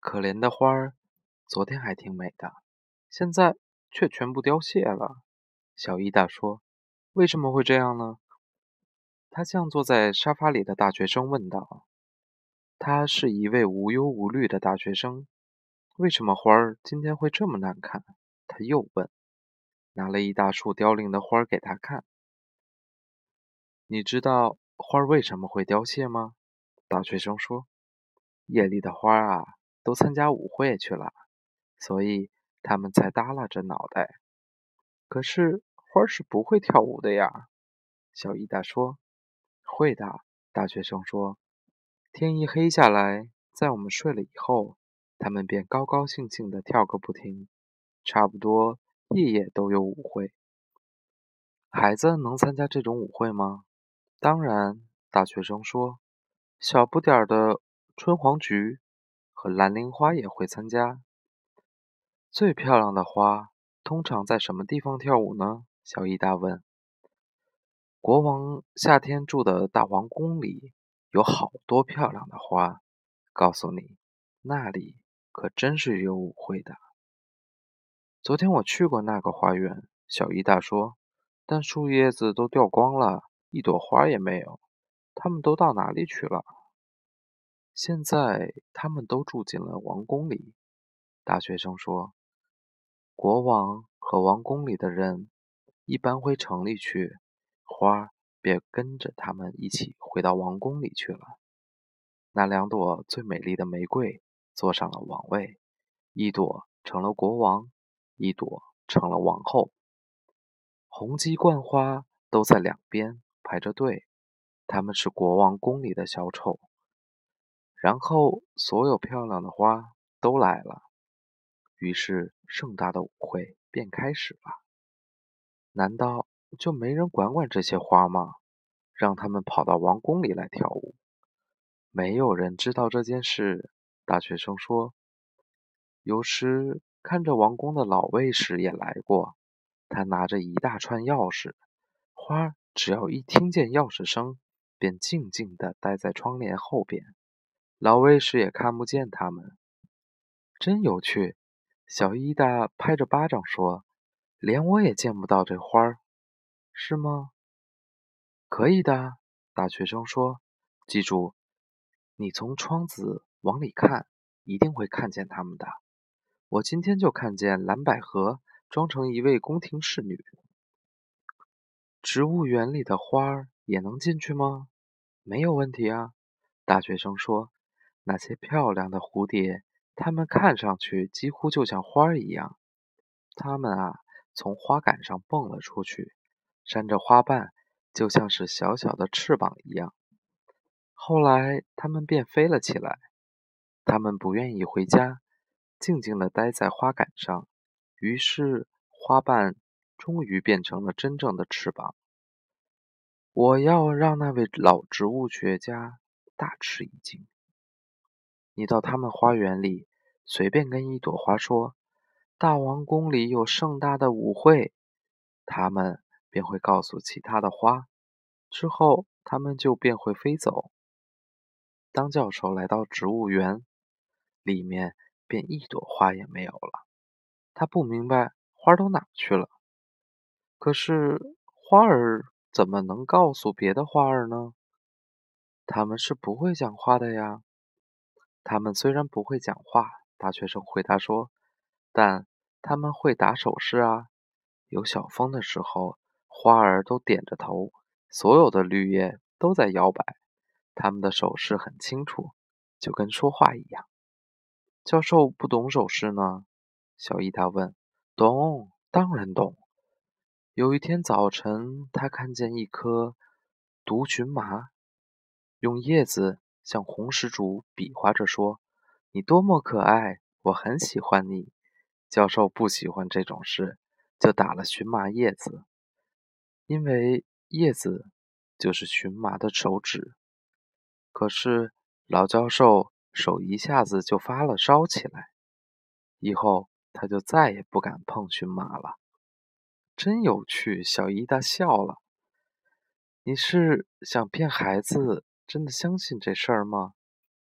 可怜的花儿，昨天还挺美的，现在却全部凋谢了。小伊达说：“为什么会这样呢？”他向坐在沙发里的大学生问道。他是一位无忧无虑的大学生。为什么花儿今天会这么难看？他又问，拿了一大束凋零的花儿给他看。你知道花儿为什么会凋谢吗？大学生说：夜里的花儿啊，都参加舞会去了，所以它们才耷拉着脑袋。可是花儿是不会跳舞的呀，小伊达说。会的，大学生说。天一黑下来，在我们睡了以后，它们便高高兴兴地跳个不停，差不多夜夜都有舞会。孩子能参加这种舞会吗？当然，大学生说。小不点儿的春黄菊和蓝铃花也会参加。最漂亮的花通常在什么地方跳舞呢？小伊达问。国王夏天住的大皇宫里有好多漂亮的花，告诉你，那里可真是有舞会的。昨天我去过那个花园，小伊达说，但树叶子都掉光了，一朵花也没有，它们都到哪里去了？现在他们都住进了王宫里，大学生说。国王和王宫里的人一般回城里去，花儿便跟着他们一起回到王宫里去了。那两朵最美丽的玫瑰坐上了王位，一朵成了国王，一朵成了王后。红鸡冠花都在两边排着队，他们是国王宫里的小丑。然后所有漂亮的花都来了，于是盛大的舞会便开始了。难道就没人管这些花吗？让他们跑到王宫里来跳舞？没有人知道这件事，大学生说。有时看着王宫的老卫士也来过，他拿着一大串钥匙，花只要一听见钥匙声，便静静地待在窗帘后边。老卫士也看不见他们。真有趣，小伊达拍着巴掌说，连我也见不到这花儿，是吗？可以的，大学生说，记住，你从窗子往里看，一定会看见它们的。我今天就看见蓝百合装成一位宫廷侍女。植物园里的花儿也能进去吗？没有问题啊，大学生说。那些漂亮的蝴蝶，它们看上去几乎就像花儿一样。它们啊，从花杆上蹦了出去，扇着花瓣，就像是小小的翅膀一样。后来，它们便飞了起来。它们不愿意回家，静静地待在花杆上。于是，花瓣终于变成了真正的翅膀。我要让那位老植物学家大吃一惊。你到他们花园里，随便跟一朵花说，大王宫里有盛大的舞会，他们便会告诉其他的花，之后它们就便会飞走。当教授来到植物园，里面便一朵花也没有了。他不明白花都哪去了。可是花儿怎么能告诉别的花儿呢？他们是不会讲话的呀。他们虽然不会讲话，大学生回答说，但他们会打手势啊。有小风的时候，花儿都点着头，所有的绿叶都在摇摆。他们的手势很清楚，就跟说话一样。教授不懂手势呢？小伊达问。懂，当然懂。有一天早晨，他看见一棵毒荨麻，用叶子向红石竹比划着说：“你多么可爱，我很喜欢你。”教授不喜欢这种事，就打了荨麻叶子，因为叶子就是荨麻的手指。可是老教授手一下子就发了烧起来，以后他就再也不敢碰荨麻了。真有趣，小伊达笑了。你是想骗孩子真的相信这事儿吗？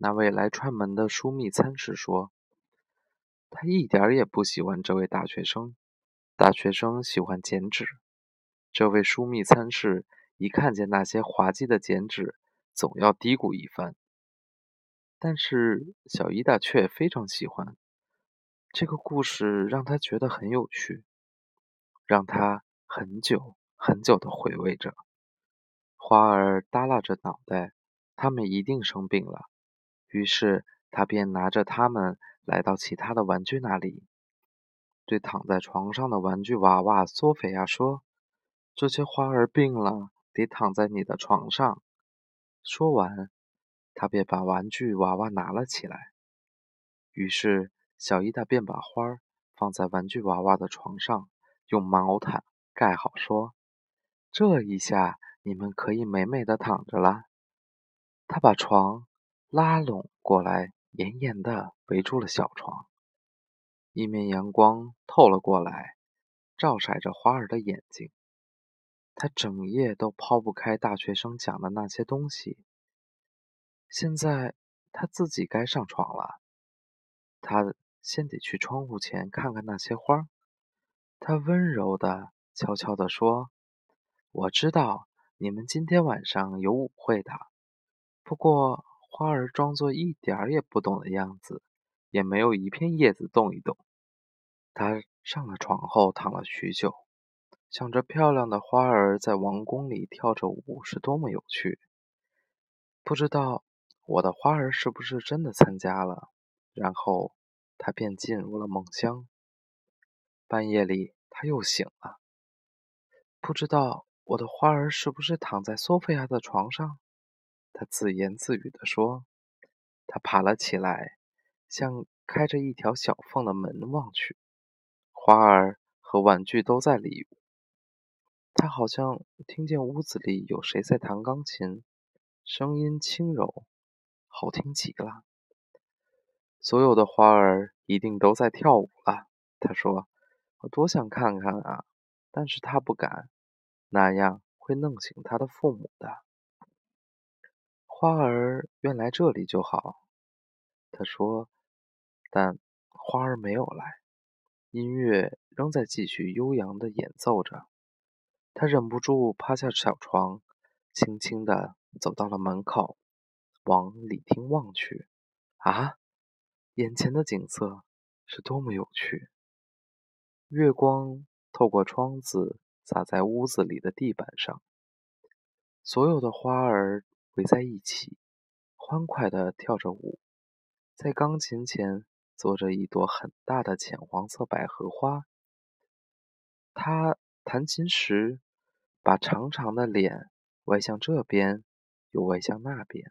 那位来串门的枢密参事说，他一点儿也不喜欢这位大学生。大学生喜欢剪纸。这位枢密参事一看见那些滑稽的剪纸，总要嘀咕一番。但是小伊达却非常喜欢。这个故事让他觉得很有趣，让他很久很久地回味着。花儿耷拉着脑袋，他们一定生病了。于是他便拿着它们来到其他的玩具那里，对躺在床上的玩具娃娃索菲亚说：“这些花儿病了，得躺在你的床上。”说完，他便把玩具娃娃拿了起来。于是小伊达便把花儿放在玩具娃娃的床上，用毛毯盖好，说：“这一下你们可以美美的躺着啦。”他把床拉拢过来，严严地围住了小床。一面阳光透了过来，照晒着花儿的眼睛。他整夜都抛不开大学生讲的那些东西。现在他自己该上床了。他先得去窗户前看看那些花儿。他温柔地、悄悄地说：“我知道你们今天晚上有舞会的。”不过花儿装作一点儿也不懂的样子，也没有一片叶子动一动。他上了床后躺了许久，想着漂亮的花儿在王宫里跳着舞是多么有趣。不知道我的花儿是不是真的参加了？然后他便进入了梦乡。半夜里他又醒了，不知道我的花儿是不是躺在索菲亚的床上？他自言自语地说。他爬了起来，向开着一条小缝的门望去。花儿和玩具都在里。他好像听见屋子里有谁在弹钢琴，声音轻柔，好听极了。所有的花儿一定都在跳舞了，他说。我多想看看啊，但是他不敢，那样会弄醒他的父母的。花儿愿来这里就好，他说。但花儿没有来，音乐仍在继续悠扬地演奏着。他忍不住趴下小床，轻轻地走到了门口，往里厅望去。啊，眼前的景色是多么有趣！月光透过窗子洒在屋子里的地板上，所有的花儿围在一起，欢快地跳着舞。在钢琴前坐着一朵很大的浅黄色百合花。他弹琴时，把长长的脸歪向这边，又歪向那边，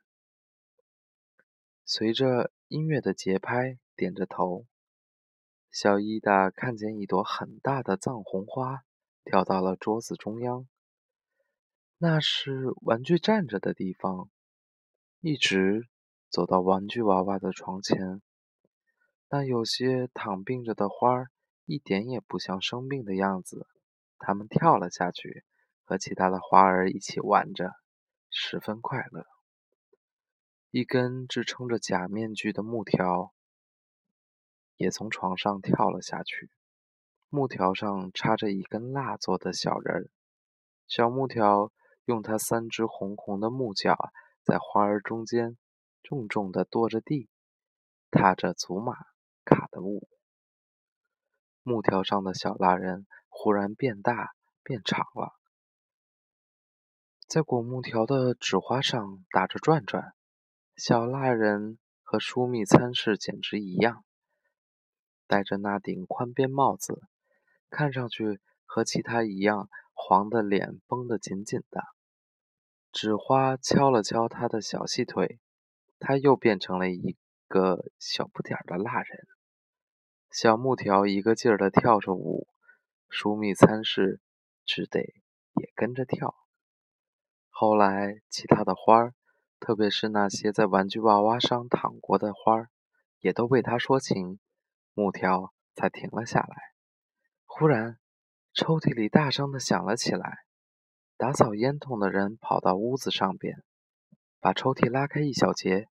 随着音乐的节拍点着头。小伊达看见一朵很大的藏红花跳到了桌子中央，那是玩具站着的地方，一直走到玩具娃娃的床前。那有些躺病着的花儿一点也不像生病的样子，它们跳了下去，和其他的花儿一起玩着，十分快乐。一根支撑着假面具的木条也从床上跳了下去，木条上插着一根蜡做的小人儿。小木条用它3只红红的木脚在花儿中间重重地跺着地，踏着祖玛卡的舞。木条上的小蜡人忽然变大变长了，在果木条的纸花上打着转转。小蜡人和枢密参事简直一样，戴着那顶宽边帽子，看上去和其他一样，黄的脸绷得紧紧的。纸花敲了敲他的小细腿，他又变成了一个小不点儿的蜡人。小木条一个劲儿地跳着舞，枢密参事只得也跟着跳。后来，其他的花儿，特别是那些在玩具娃娃上躺过的花儿，也都为他说情，木条才停了下来。忽然，抽屉里大声地响了起来。打扫烟囱的人跑到屋子上边，把抽屉拉开一小截，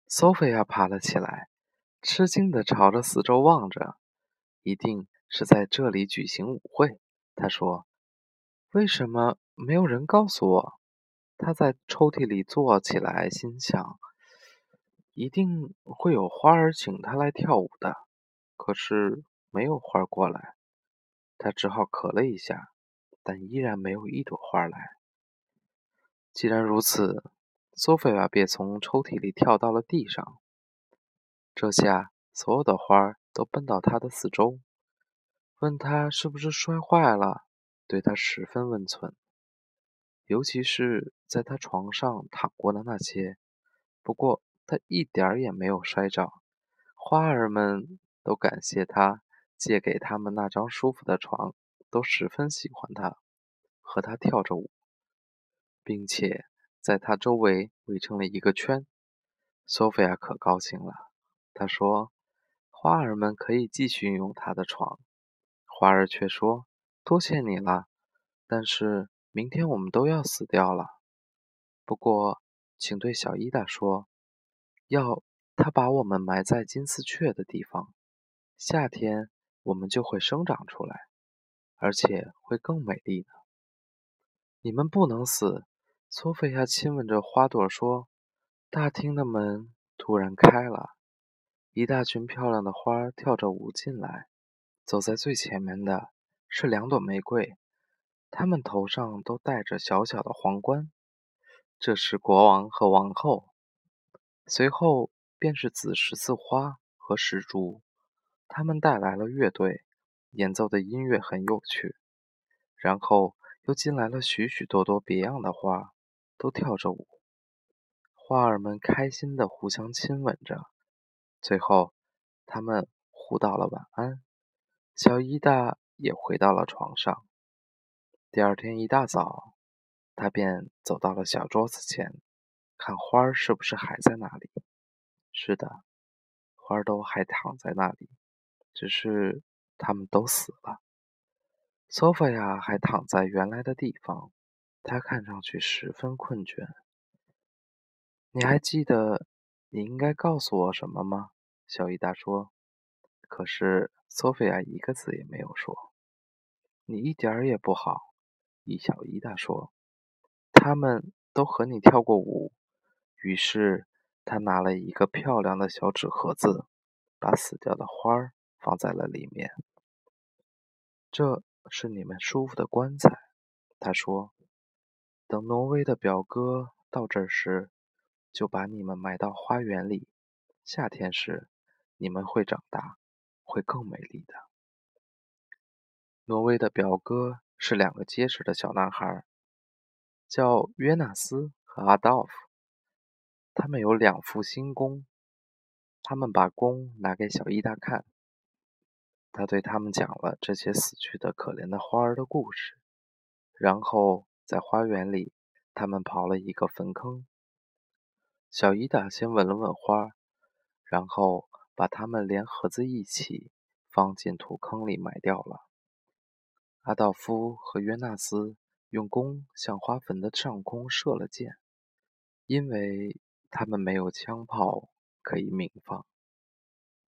索菲亚爬了起来，吃惊地朝着四周望着。一定是在这里举行舞会，她说。为什么没有人告诉我？她在抽屉里坐起来，心想，一定会有花儿请她来跳舞的。可是没有花儿过来，她只好咳了一下，但依然没有一朵花来。既然如此，索菲亚便从抽屉里跳到了地上。这下，所有的花儿都奔到她的四周，问她是不是摔坏了，对她十分温存。尤其是在她床上躺过的那些，不过她一点儿也没有摔着。花儿们都感谢她借给他们那张舒服的床，都十分喜欢她，和她跳着舞，并且在她周围围成了一个圈。索菲亚可高兴了，她说：“花儿们可以继续用她的床。”花儿却说：“多谢你了，但是明天我们都要死掉了。不过，请对小伊达说，要他把我们埋在金丝雀的地方，夏天我们就会生长出来，而且会更美丽呢。”你们不能死，索菲亚亲吻着花朵说。大厅的门突然开了，一大群漂亮的花跳着舞进来。走在最前面的是2朵玫瑰，它们头上都戴着小小的皇冠，这是国王和王后。随后便是紫十字花和石竹，他们带来了乐队，演奏的音乐很有趣。然后又进来了许许多多别样的花，都跳着舞。花儿们开心地互相亲吻着，最后他们互道了晚安。小伊达也回到了床上。第二天一大早，他便走到了小桌子前，看花儿是不是还在那里。是的，花儿都还躺在那里，只是它们都死了。索菲亚还躺在原来的地方，她看上去十分困倦。你还记得你应该告诉我什么吗？小伊达说。可是索菲亚一个字也没有说。你一点儿也不好，小伊达说。他们都和你跳过舞。于是他拿了一个漂亮的小纸盒子，把死掉的花儿放在了里面。这是你们舒服的棺材，他说。等挪威的表哥到这儿时，就把你们埋到花园里。夏天时，你们会长大，会更美丽的。挪威的表哥是2个结实的小男孩，叫约纳斯和阿道夫。他们有2副新弓，他们把弓拿给小伊达看。他对他们讲了这些死去的可怜的花儿的故事。然后在花园里，他们刨了一个坟坑。小伊达先闻了闻花，然后把它们连盒子一起放进土坑里埋掉了。阿道夫和约纳斯用弓向花坟的上空射了箭，因为他们没有枪炮可以鸣放。